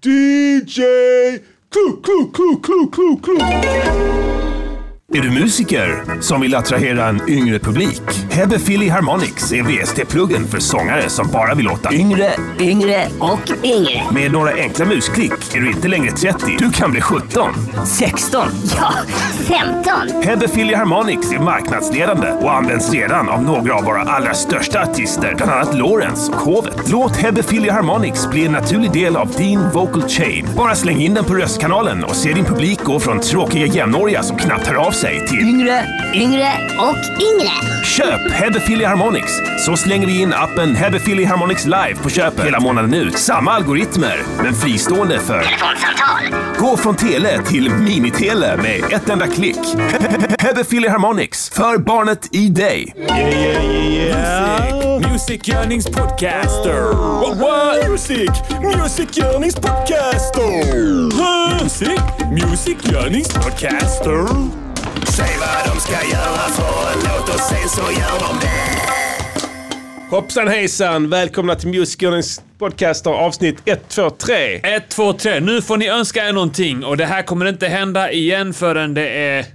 DJ Clue. Är du musiker som vill attrahera en yngre publik? Hebbe Philharmonics är VST-pluggen för sångare som bara vill låta yngre och yngre. Med några enkla musklick är du inte längre 30. Du kan bli 17. 16. Ja, 15. Hebbe Philharmonics är marknadsledande och används redan av några av våra allra största artister, bland annat Lawrence och Hovet. Låt Hebbe Philharmonics bli en naturlig del av din vocal chain. Bara släng in den på röstkanalen och se din publik gå från tråkiga jämnåriga som knappt hör av sig till yngre och yngre. Köp Hebbe Philharmonics, så slänger vi in appen Hebbe Philharmonics Live på köpet hela månaden ut. Samma algoritmer, men fristående för telefonsamtal. Gå från tele till minitele med ett enda klick. Hebbe Philharmonics, för barnet i dig. Musikgörningspodcaster. Musikgörningspodcaster. Säg vad de ska göra för en låt och sen så gör de det. Hoppsan hejsan, välkomna till Musikgörningspodcaster avsnitt 123. 123, nu får ni önska er någonting och det här kommer inte hända igen förrän det är...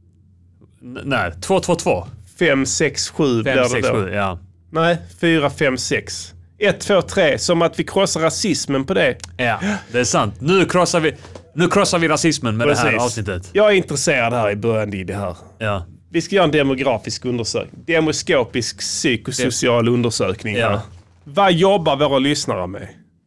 Nej, 222. 5, 6, 7 blir det 6, då. 7, ja. Nej, 4, 5, 6. 1, 2, 3, som att vi krossar rasismen på det. Ja, det är sant. Nu krossar vi rasismen med Precis. Det här avsnittet. Jag är intresserad här i början i det här. Ja. Vi ska göra en demografisk undersökning. Demoskopisk psykosocial undersökning här. Ja. Vad jobbar våra lyssnare med?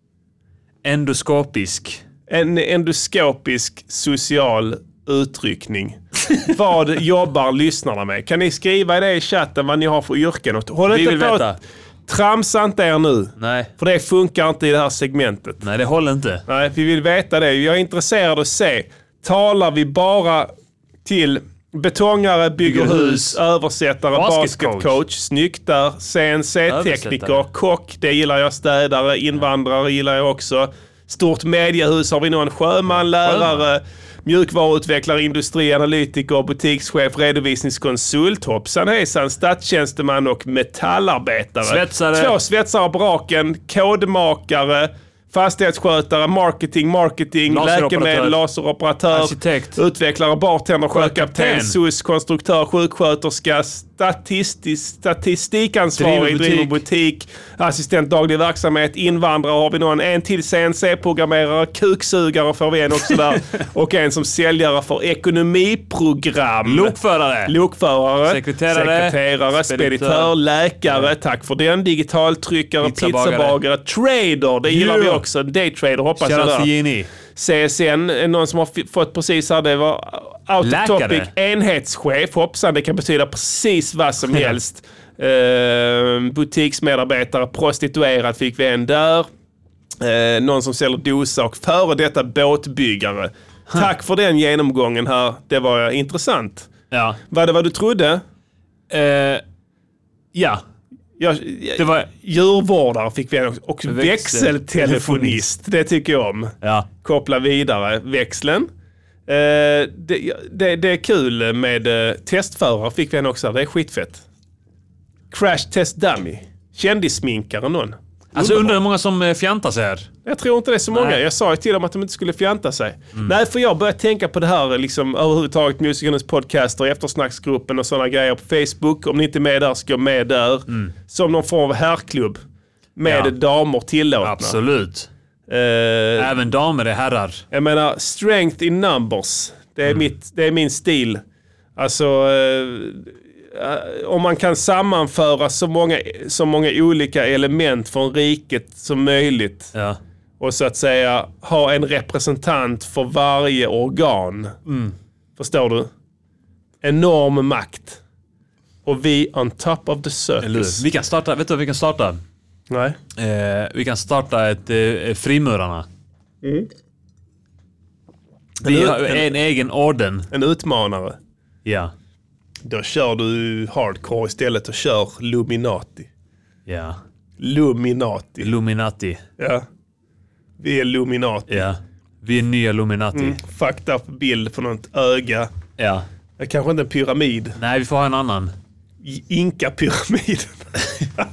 Endoskopisk. En endoskopisk social utryckning. Vad jobbar lyssnarna med? Kan ni skriva i det i chatten vad ni har för yrken? Håll Vi inte vill på veta. Tramsa inte er nu. Nej. För det funkar inte i det här segmentet. Nej, det håller inte. Nej, vi vill veta det. Jag är intresserad av att se. Talar vi bara till betongare, bygger hus, översättare, basketcoach, snyggt där, CNC-tekniker, kock, det gillar jag, städare, invandrare gillar jag också. Stort mediehus har vi någon sjöman, lärare, mjukvaruutvecklare, industrianalytiker, butikschef, redovisningskonsult, hoppsan hejsan, statstjänsteman och metallarbetare. Svetsare. 2 svetsare på raken, kodmakare, fastighetsskötare, marketing, läkemedel, laseroperatör, arkitekt, utvecklare, bartender, sjökapten, SUS, konstruktör, sjuksköterska, statistikansvarig, driver butik, assistent daglig verksamhet, invandrare har vi någon, en till CNC-programmerare, kuksugare får vi en också där, och en som säljare för ekonomiprogram. Lokförare, sekreterare, speditör, läkare, tack för den, digitaltryckare, pizzabagare, trader, det gillar vi också, daytrader hoppas jag där. CSN, någon som har fått precis här, det var Autotopic, enhetschef, hoppsan, det kan betyda precis vad som helst. Butiksmedarbetare, prostituerad fick vi en där. Någon som säljer dosa och före detta båtbyggare. Tack för den genomgången här, det var intressant. Ja. Var det vad du trodde? Ja. Det var djurvårdare fick vi en och växeltelefonist. Det tycker jag om. Ja. Koppla vidare växeln. Det är kul med testförare fick vi en också. Det är skitfett. Crash test dummy. Kändissminkare någon. Alltså undrar hur många som fjantar sig här. Jag tror inte det är så många. Nej. Jag sa ju till dem att de inte skulle fjanta sig. Nej, för jag började tänka på det här liksom överhuvudtaget, Musikernas podcaster, eftersnacksgruppen och sådana grejer på Facebook. Om ni inte är med där, ska jag med där. Som någon form av herrklubb. Med damer tillåtna. Absolut. Även damer är herrar. Jag menar, strength in numbers. Det är min stil. Alltså, om man kan sammanföra så många olika element från riket som möjligt. Ja. Och så att säga ha en representant för varje organ. Förstår du? Enorm makt. Och vi on top of the circus. Vi kan starta, vet du vad vi kan starta? Nej. Vi kan starta ett frimurarna. Vi har en egen orden. En utmanare. Ja. Då kör du hardcore istället och kör Luminati. Ja. Luminati. Ja. Vi är Luminati. Ja. Vi är nya Luminati. Fucked up bild på något öga. Ja. Det kanske inte en pyramid. Nej, vi får ha en annan. Inka-pyramiden.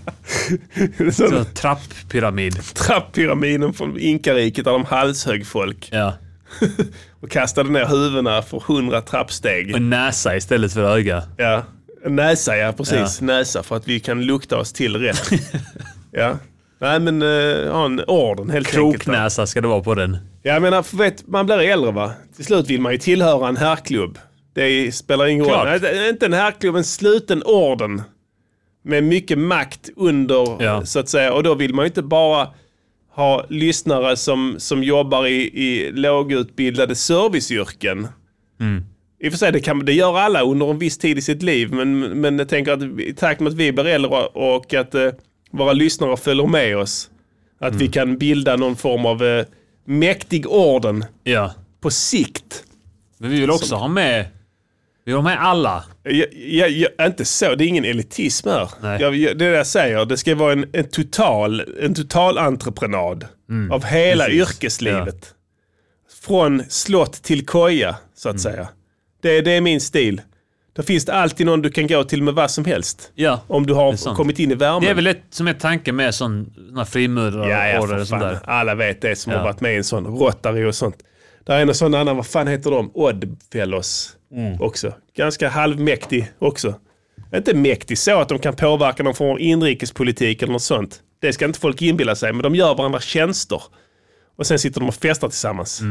Så trapppyramid. Trapppyramiden från Inkariket där de halshögg folk. Ja. Och kastade ner huvudena för 100 trappsteg. Och näsa istället för öga. Ja, näsa, ja precis. Ja. Näsa för att vi kan lukta oss till rätt. Ja. Nej men ha en orden helt enkelt. Kroknäsa ska det vara på den. Ja, jag menar, man blir äldre va? Till slut vill man ju tillhöra en herrklubb. Det spelar ingen roll. Nej, inte en herrklubb, en sluten orden. Med mycket makt under, så att säga. Och då vill man ju inte bara ha lyssnare som jobbar i lågutbildade serviceyrken. I och för sig, det gör alla under en viss tid i sitt liv. Men jag tänker att i takt med att vi blir äldre och att våra lyssnare följer med oss. Att vi kan bilda någon form av mäktig orden på sikt. Men vi vill också ha med... Vi har med alla. Inte så, det är ingen elitism här. Det jag säger, det ska vara en total entreprenad av hela yrkeslivet. Ja. Från slott till koja, så att säga. Det är min stil. Då finns det alltid någon du kan gå till med vad som helst. Ja, om du har kommit in i värmen. Det är väl ett som är tanke med sådana frimurare och sånt där. Alla vet det som har varit med i en sån Rotary och sånt. Där är en sån annan, vad fan heter de? Oddfellows också. Ganska halvmäktig också. Inte mäktig så att de kan påverka någon form av inrikespolitik eller något sånt. Det ska inte folk inbilla sig, men de gör varandra tjänster. Och sen sitter de och festar tillsammans.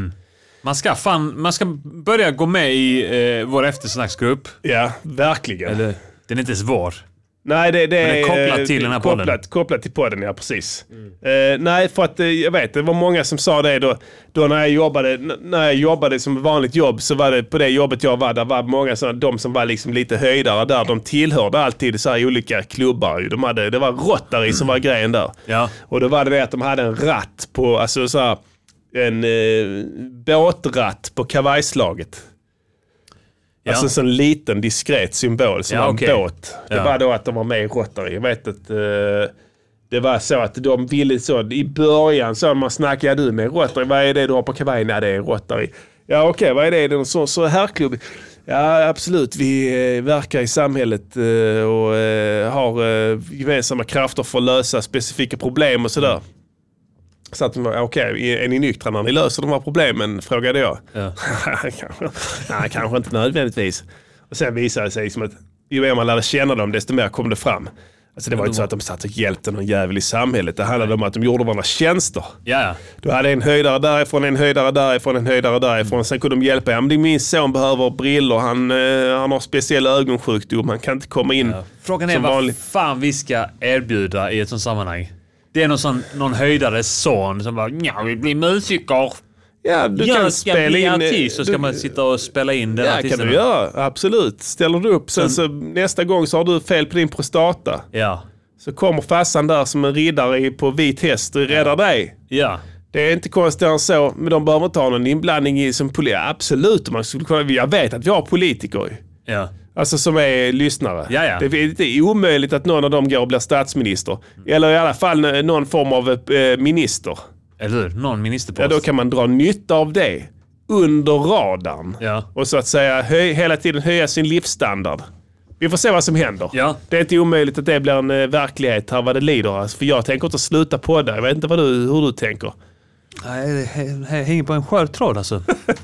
Man ska börja gå med i vår eftersnacksgrupp. Ja, verkligen. Eller, den är inte svår. Nej, det är kopplat till den här podden. Kopplat till podden, ja precis. Nej, för att jag vet, det var många som sa det då när jag jobbade som vanligt jobb, så var det på det jobbet jag var, där var många sådana, de som var liksom lite höjdare där, de tillhörde alltid så här olika klubbar. Det var Rotary som var grejen där. Ja. Och då var det att de hade en ratt på, alltså så här, en båtratt på kavajslaget. Ja. Alltså en sån liten diskret symbol som en båt. Det var då att de var med i Rotary. Jag vet att det var så att de ville så i början så man snackade du med Rotary. Vad är det du har på kavajen? Nej, det är Rotary. Ja, okej, vad är det? Det är en så här klubb. Ja, absolut. Vi verkar i samhället och har gemensamma krafter för att lösa specifika problem och sådär. Så att okej, är ni nyktra när ni löser de här problemen, frågade jag. Ja. kanske inte nödvändigtvis. Och sen visade det sig liksom att ju mer man lärde känna dem, desto mer kom det fram. Alltså det var inte så att de satt och hjälpte någon jävel i samhället. Det handlade om att de gjorde varandra tjänster. Ja. Du hade en höjdare därifrån, en höjdare därifrån, en höjdare därifrån. Sen kunde de hjälpa. Ja, men min son behöver briller. Han har speciell ögonsjukdom. Han kan inte komma in. Ja. Frågan är vad fan vi ska erbjuda i ett sånt sammanhang. Det är någon höjdares son som bara, ja, vi blir musiker. Ja, du kan spela in artist, så ska man sitta och spela in den artisten. Ja, kan du göra. Absolut. Ställer du upp sen så nästa gång så har du fel på din prostata. Ja. Så kommer fassan där som en riddare på vit häst och räddar dig. Ja. Det är inte konstigt än så, men de behöver inte ha någon inblandning i som absolut. Jag vet att vi har politiker. Ja. Alltså som är lyssnare. Ja. Det är inte omöjligt att någon av dem går och blir statsminister. Eller i alla fall någon form av minister. Eller någon ministerpost. Ja, då kan man dra nytta av det under radarn. Ja. Och så att säga hela tiden höja sin livsstandard. Vi får se vad som händer. Ja. Det är inte omöjligt att det blir en verklighet här vad det lider. Alltså, för jag tänker inte sluta på det. Jag vet inte hur du tänker. Nej, det hänger på en skör tråd alltså.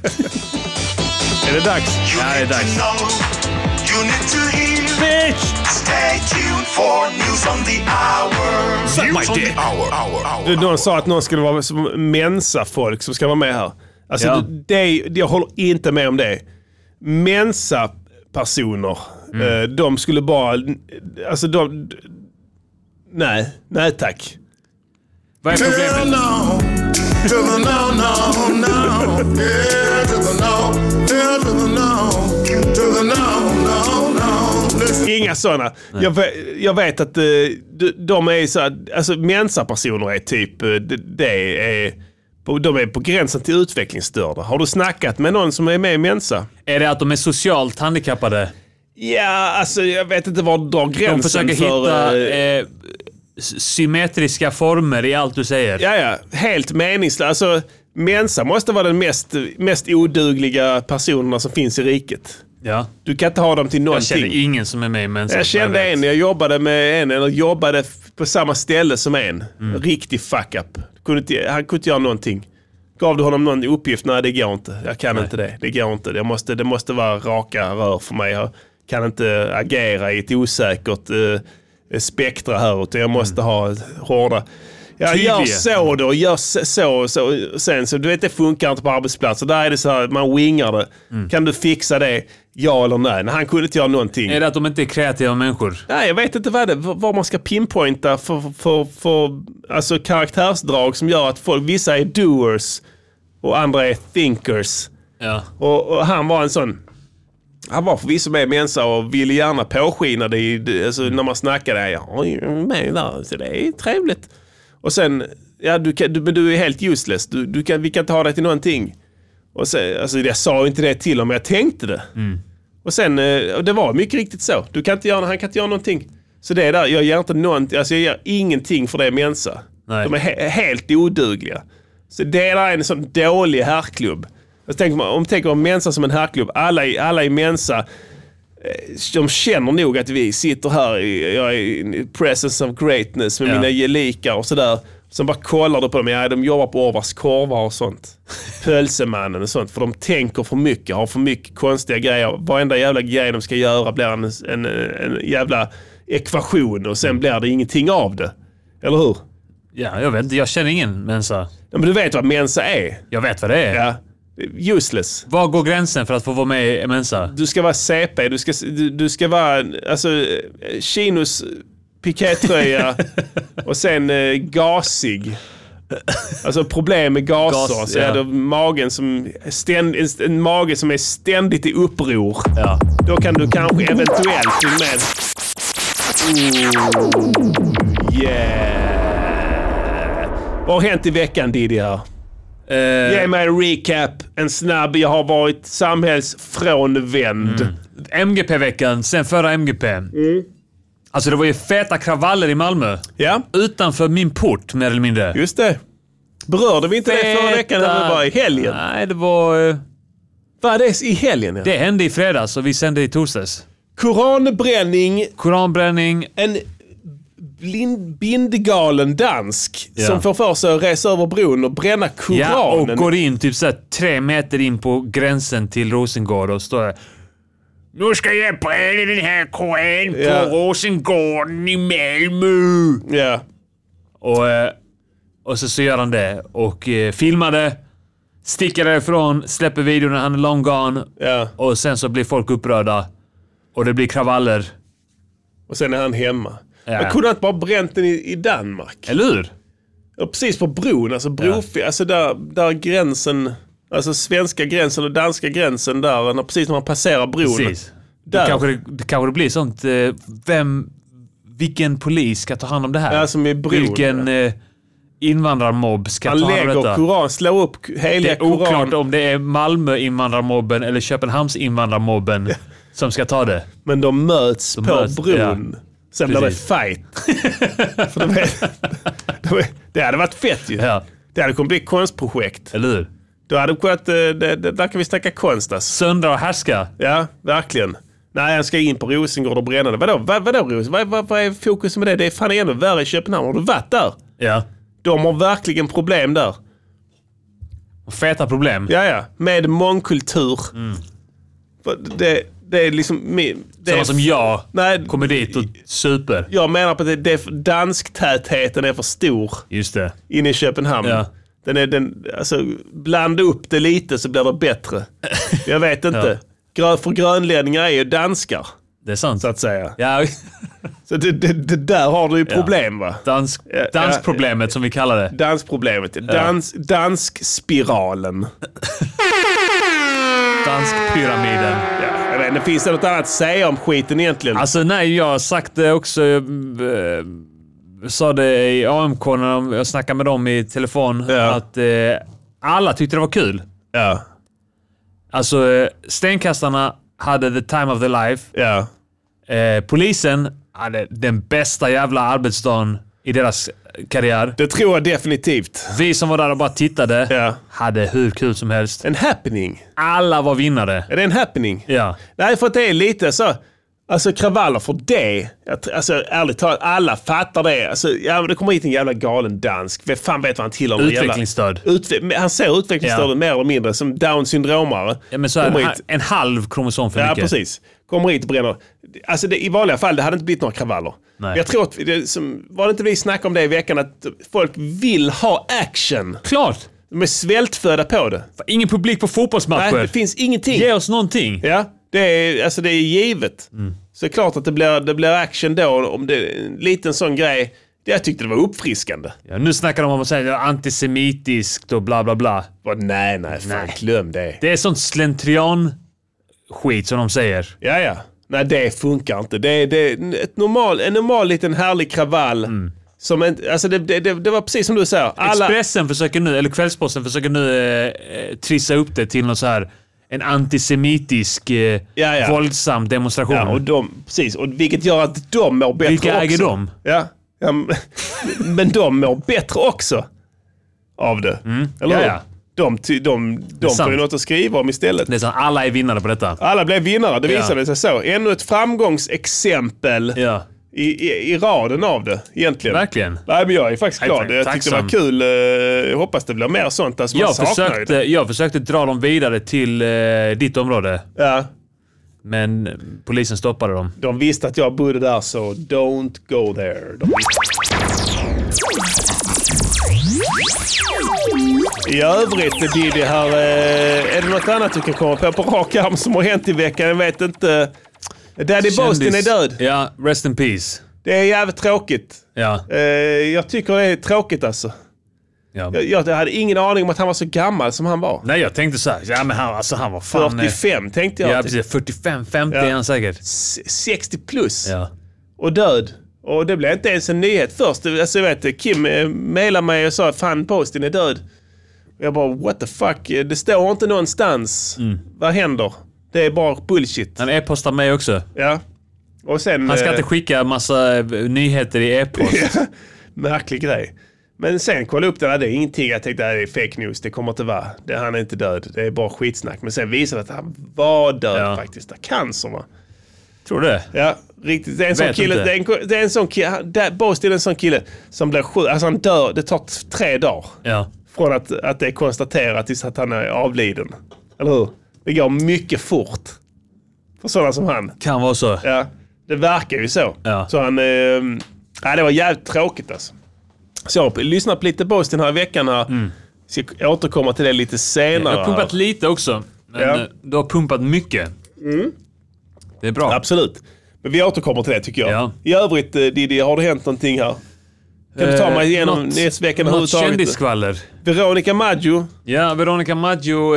Är det dags? Ja, det är dags. Bitch! Stay tuned for news on the hour. News on the hour. Någon sa att någon skulle vara som Mensa-folk som ska vara med här. Alltså, jag håller inte med om det. Mensa-personer, de skulle bara... Alltså, nej tack. Vad är problemet? Inga sådana. Jag vet att de är så här, alltså Mensa-personer är typ de är på gränsen till utvecklingsstörda. Har du snackat med någon som är med i Mensa? Är det att de är socialt handikappade? Ja, alltså jag vet inte var drar gränsen. De försöker hitta symmetriska former i allt du säger. Ja, helt meningslöst. Alltså Mensa måste vara den mest odugliga personerna som finns i riket. Ja. Du kan inte ha dem till någonting. Jag känner ingen som är med i Mensa. Jag kände en, jag jobbade med en, eller jobbade på samma ställe som en. Riktig fuck-up. Han kunde inte göra någonting. Gav du honom någon uppgift? Nej, det går inte. Jag kan inte det. Det går inte. Det måste vara raka rör för mig. Jag kan inte agera i ett osäkert spektra här. Utan jag måste ha hårda... Jag gör så då, så. Sen så du vet, det funkar inte på arbetsplatser. Där är det så här, man wingar det. Kan du fixa det? Ja eller nej? Han kunde inte göra någonting. Är det att de inte är kreativa människor? Nej, jag vet inte vad man ska pinpointa för alltså karaktärsdrag som gör att vissa är doers och andra är thinkers. Ja. Och han var en sån... Han var förvisso med i Mensa och ville gärna påskina det alltså, när man snackade. Ja, med där, så det är trevligt. Och sen, ja, men du är helt useless. Vi kan inte ha det till någonting. Och sen, alltså, jag sa inte det till honom, men jag tänkte det. Och sen, och det var mycket riktigt så. Han kan inte göra någonting. Så det är där, jag gör inte någonting, alltså jag gör ingenting för det Mensa. Nej. De är helt odugliga. Så det är en sån dålig herrklubb. Alltså, om man tänker om Mensa som en herrklubb, alla i Mensa, de känner nog att vi sitter här i presence of greatness med mina gelikar och sådär. Som bara kollar på dem. Ja, de jobbar på Orvars korvar och sånt. Pölsemannen och sånt. För de tänker för mycket, har för mycket konstiga grejer. Varenda jävla grej de ska göra blir en jävla ekvation. Och sen blir det ingenting av det. Eller hur? Ja, jag vet inte. Jag känner ingen Mensa. Ja, men du vet vad Mensa är. Jag vet vad det är. Ja. Useless. Var går gränsen för att få vara med i Mensa? Du ska vara CP. Du ska vara alltså Chinos pikétröja och sen gasig. Alltså problem med gaser. Så är det magen som en mage som är ständigt i uppror. Ja. Då kan du kanske eventuellt bli med. Vad har hänt i veckan, Didier? Ge mig en recap, en snabb. Jag har varit samhällsfrånvänd. MGP-veckan, sen förra MGP. Alltså det var ju feta kravaller i Malmö. Ja. Utanför min port, mer eller mindre. Just det. Berörde vi inte det förra veckan eller det var i helgen? Nej, det var... Vad är det i helgen? Ja? Det hände i fredags och vi sände i torsdags. Koranbränning. En bindgalen dansk som får för sig att resa över bron och bränna Koranen. Ja, och går in typ så 3 meter in på gränsen till Rosengård och står där. Nu ska jag bränna den här Koran på Rosengården i Malmö. Ja. Och så gör han det och filmar det, sticker därifrån, släpper videon när han är long gone. Ja. Och sen så blir folk upprörda och det blir kravaller. Och sen är han hemma. Ja. Jag kunde inte bara bränt den i Danmark. Eller hur? Och precis på bron, alltså alltså där gränsen, alltså svenska gränsen och danska gränsen där, precis när man passerar bron. Precis. Det kanske blir sånt, vilken polis ska ta hand om det här? Ja, som är bron. Vilken invandrarmobb ska ta hand om detta? Han lägger Koran, slår upp heliga Koran. Det är oklart om det är Malmö invandrarmobben eller Köpenhamns invandrarmobben som ska ta det. Men de möts på bron. Ja. Sen blir det fight. Det hade varit fett ju. Ja. Det hade kunnat bli ett konstprojekt. Eller hur? Då hade det kunnat, där kan vi snacka konst. Alltså. Söndra och härska. Ja, verkligen. Nej, jag ska in på Rosengård och bränna det. Vadå Rosengård? Vad är fokus med det? Det är fan ännu värre i Köpenhamn. Har du varit där? Ja. De har verkligen problem där. Feta problem. Ja. Med mångkultur. Det är liksom... Samma som jag kommer dit och super. Jag menar på att dansktätheten är för stor. Just det. Inne i Köpenhamn. Ja. Alltså, blanda upp det lite så blir det bättre. Jag vet inte. För grönlänningar är ju danskar. Det är sant. Så att säga. Ja. Så det där har du ju problem, va? Danskproblemet som vi kallar det. Danskproblemet. Danskspiralen. Danskpyramiden. Ja, jag vet inte, finns det något annat att säga om skiten egentligen? Alltså nej, jag har sagt det också. Jag sa det i AMK när jag snackade med dem i telefon. Att alla tyckte det var kul. Ja. Alltså stenkastarna hade the time of their life. Ja. Polisen hade den bästa jävla arbetsdagen i deras karriär. Det tror jag definitivt. Vi som var där och bara tittade hade hur kul som helst. En happening. Alla var vinnare. Är det en happening? Ja. Nej, för att det är lite så... Alltså kravaller för det. Alltså ärligt talat, alla fattar det. Alltså, det kommer hit en jävla galen dansk. Vem fan vet vad han tillhör? Utvecklingsstörd. Han ser utvecklingsstörd mer eller mindre som Down-syndromare. Ja, men så är en halv kromosom för mycket. Ja, precis. Kommer hit och bränner. Alltså i vanliga fall, det hade inte blivit några kravaller. Nej. Jag tror att, var det inte vi snackade om det i veckan, att folk vill ha action. Klart! De är svältfödda på det. Ingen publik på fotbollsmatcher. Nej, det finns ingenting. Ge oss någonting. Ja, det är givet. Så det är klart att det blir action då om det är en liten sån grej. Jag tyckte det var uppfriskande. Ja, nu snackar de om att säga antisemitiskt och bla bla bla. Nej, fan glöm det. Det är sånt slentrian skit som de säger. Ja. Nej, det funkar inte. Det är en normal liten härlig kravall. Som alltså det var precis som du säger. Expressen försöker nu, eller Kvällsposten försöker nu trissa upp det till något så här en antisemitisk våldsam demonstration. Ja, precis. Och vilket gör att de mår bättre. Vilka också. äger de? Ja, men de mår bättre också av det. Eller hur? Ja. De får ju något att skriva om istället. Det är så, alla är vinnare på detta. Alla blev vinnare, det visade sig så. Ännu ett framgångsexempel i raden av det, egentligen. Verkligen. Nej, men jag är faktiskt glad. Jag tyckte det var kul. Jag hoppas det blir mer sånt. Alltså, jag försökte dra dem vidare till ditt område. Ja. Men polisen stoppade dem. De visste att jag bodde där, så don't go there. I övrigt, Diddy, här, är det något annat du kan komma på rak arm som har hänt i veckan? Jag vet inte. Daddy Boston är död. Ja, rest in peace. Det är jävligt tråkigt. Ja. Jag tycker det är tråkigt alltså. Ja. Jag hade ingen aning om att han var så gammal som han var. Nej, jag tänkte så här. Ja, men han var fan... 45 tänkte jag. Ja, precis. 45-50 är han säkert. 60 plus. Ja. Och död. Och det blev inte ens en nyhet först. Alltså, jag vet, Kim mejlade mig och sa att fan, Postin är död. Och jag bara, what the fuck? Det står inte någonstans. Vad händer? Det är bara bullshit. Han e-postar mig också. Ja. Och sen, han ska inte skicka massa nyheter i e-post. Märklig grej. Men sen kolla upp det där, det är ingenting. Jag tänkte att det är fake news, det kommer inte vara. Han är inte död, det är bara skitsnack. Men sen visade det att han var död faktiskt. Cancer, va? Tror du det? Ja, riktigt. Det är en sån kille. Det är en sån kille. Boston är en sån kille som blir sjuk. Alltså han dör, det tar 3 dagar. Ja. Från att det är konstaterat tills att han är avliden. Eller hur? Det går mycket fort. För sådana som han. Kan vara så. Ja, det verkar ju så. Ja. Så han... det var jävligt tråkigt alltså. Så jag lyssnade på lite Boston här i veckan här. Så jag återkommer till det lite senare. Jag har pumpat lite också. Men du har pumpat mycket. Det är bra. Absolut. Men vi återkommer till det tycker jag. Ja. I övrigt, Diddy, har det hänt någonting här? Kan du ta mig igenom nyhetsveckan överhuvudtaget? Kändisskvaller. Veronica Maggio. Ja, Veronica Maggio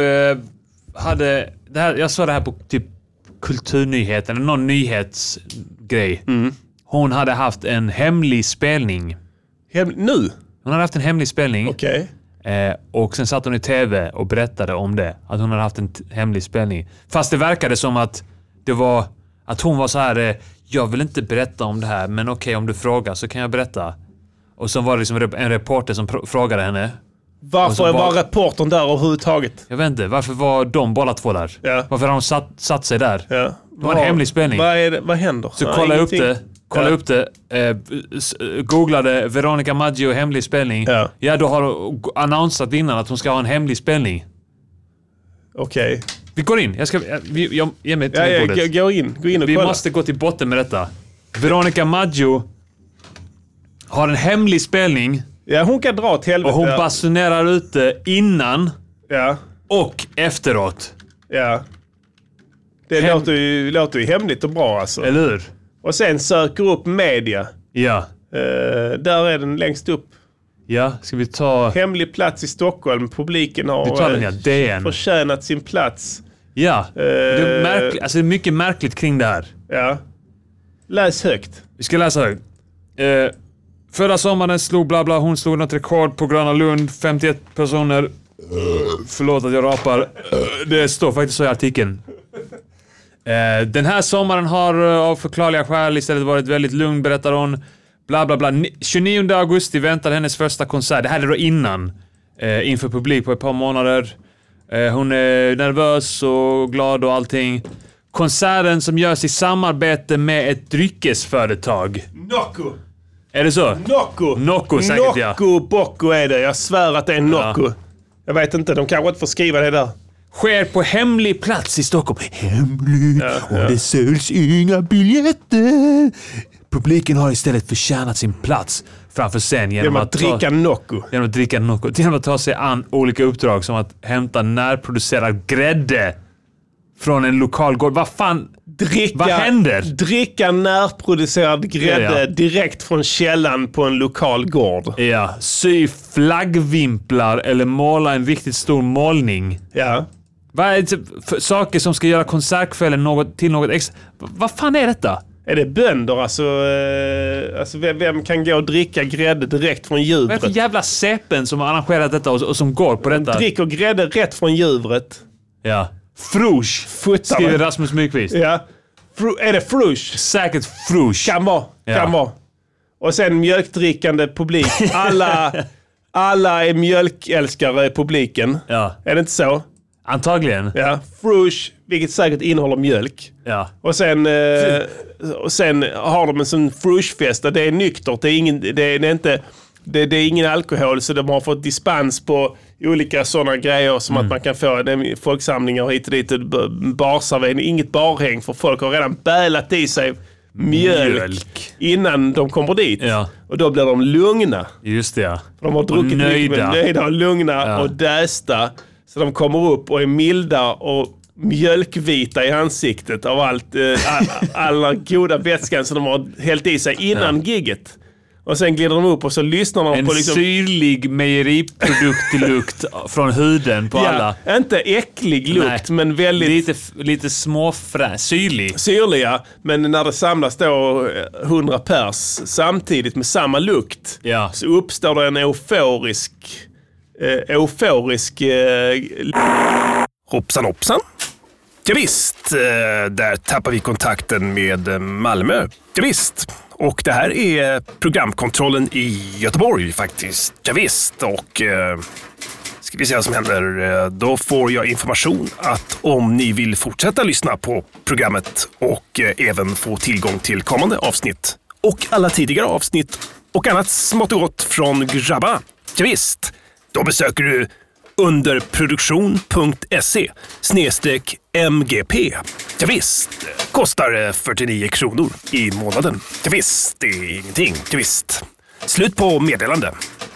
hade... Det här, jag såg det här på typ Kulturnyheten, eller någon nyhetsgrej. Hon hade haft en hemlig spelning. Nu? Hon hade haft en hemlig spelning. Okej. Och sen satt hon i tv och berättade om det. Att hon hade haft en hemlig spelning. Fast det verkade som att det var... Att hon var så här... jag vill inte berätta om det här, men okej, om du frågar så kan jag berätta. Och så var det liksom en reporter som frågade henne. Varför var reportern där överhuvudtaget? Jag vet inte. Varför var de båda två där? Ja. Varför har de satt sig där? Ja. Det var en hemlig spelning. Vad händer? Så kolla upp det. Googlade Veronica Maggio hemlig spelning. Ja, då har hon annonsat innan att hon ska ha en hemlig spelning. Okej. Vi går in. Ge mig bordet. Gå in och kolla. Vi måste gå till botten med detta. Veronica Maggio har en hemlig spelning. Ja, hon kan dra åt helvete. Och hon basunerar ut det innan och efteråt. Ja. Det låter ju hemligt och bra alltså. Eller hur? Och sen söker upp media. Ja. Där är den längst upp. Ja, ska vi ta... Hemlig plats i Stockholm. Publiken har DN. Förtjänat sin plats. Ja. Det är mycket märkligt kring det här. Ja. Läs högt. Vi ska läsa högt. Förra sommaren slog hon slog något rekord på Gröna Lund. 51 personer. Förlåt att jag rapar. Det står faktiskt så i artikeln. Den här sommaren har av förklarliga skäl istället varit väldigt lugn, berättar hon. Bla bla bla. 29 augusti väntar hennes första konsert. Det här är då innan. Inför publik på ett par månader. Hon är nervös och glad och allting. Konserten som görs i samarbete med ett dryckesföretag. Nocco! Är det så? Nocco säkert, ja. Nocco Bocco är det. Jag svär att det är Nocco. Ja. Jag vet inte, de kanske inte får skriva det där. Sker på hemlig plats i Stockholm. Hemlig. Och det säljs inga biljetter. Publiken har istället förtjänat sin plats framför scen genom att dricka Nocco. Genom att ta sig an olika uppdrag som att hämta närproducerad grädde från en lokal gård. Vad fan? Vad händer? Dricka närproducerad grädde direkt från källan på en lokal gård. Ja. Sy flaggvimplar eller måla en riktigt stor målning. Ja. Vad är det för saker som ska göra konsertkvällen till något extra? Vad fan är detta? Är det bönder? Alltså vem kan gå och dricka grädde direkt från djuret? Vad är det för jävla säpen som har arrangerat detta och som går på detta? Dricker grädde rätt från djuret. Ja. Frush, skriver Rasmus Mykvist. Ja. Är det frush? Säkert frush. Kan vara. Och sen mjölkdrickande publik. Alla är mjölkälskare i publiken. Ja. Är det inte så? Antagligen. Ja. Frush, vilket säkert innehåller mjölk. Ja. Och sen har de en sån frushfest där det är nyktert. Det är ingen alkohol, så de har fått dispens på olika sådana grejer som att man kan få folksamlingar hit och dit. Barservering, inget barhäng, för folk har redan bälat i sig mjölk innan de kommer dit. Ja. Och då blir de lugna. Just det, ja. De har druckit nöjda och lugna och dästa. Så de kommer upp och är milda och mjölkvita i ansiktet av alla goda vätskan som de har hällt i sig innan gigget. Och sen glider de upp och så lyssnar de på liksom... syrlig mejeriproduktlukt från huden på alla. Inte äcklig lukt, men väldigt... Lite syrlig. Syrlig, ja. Men när det samlas då 100 pers samtidigt med samma lukt så uppstår det en euforisk... Hoppsan. Ja, visst, där tappar vi kontakten med Malmö. Ja, visst. Och det här är programkontrollen i Göteborg faktiskt. Ja, visst. Och ska vi se vad som händer. Då får jag information att om ni vill fortsätta lyssna på programmet och även få tillgång till kommande avsnitt och alla tidigare avsnitt och annat smått och gott från grabba. Ja, visst. Då besöker du underproduktion.se/MGP. Ja, visst, kostar 49 kronor i månaden. Ja, visst, det är ingenting. Ja, visst. Slut på meddelande.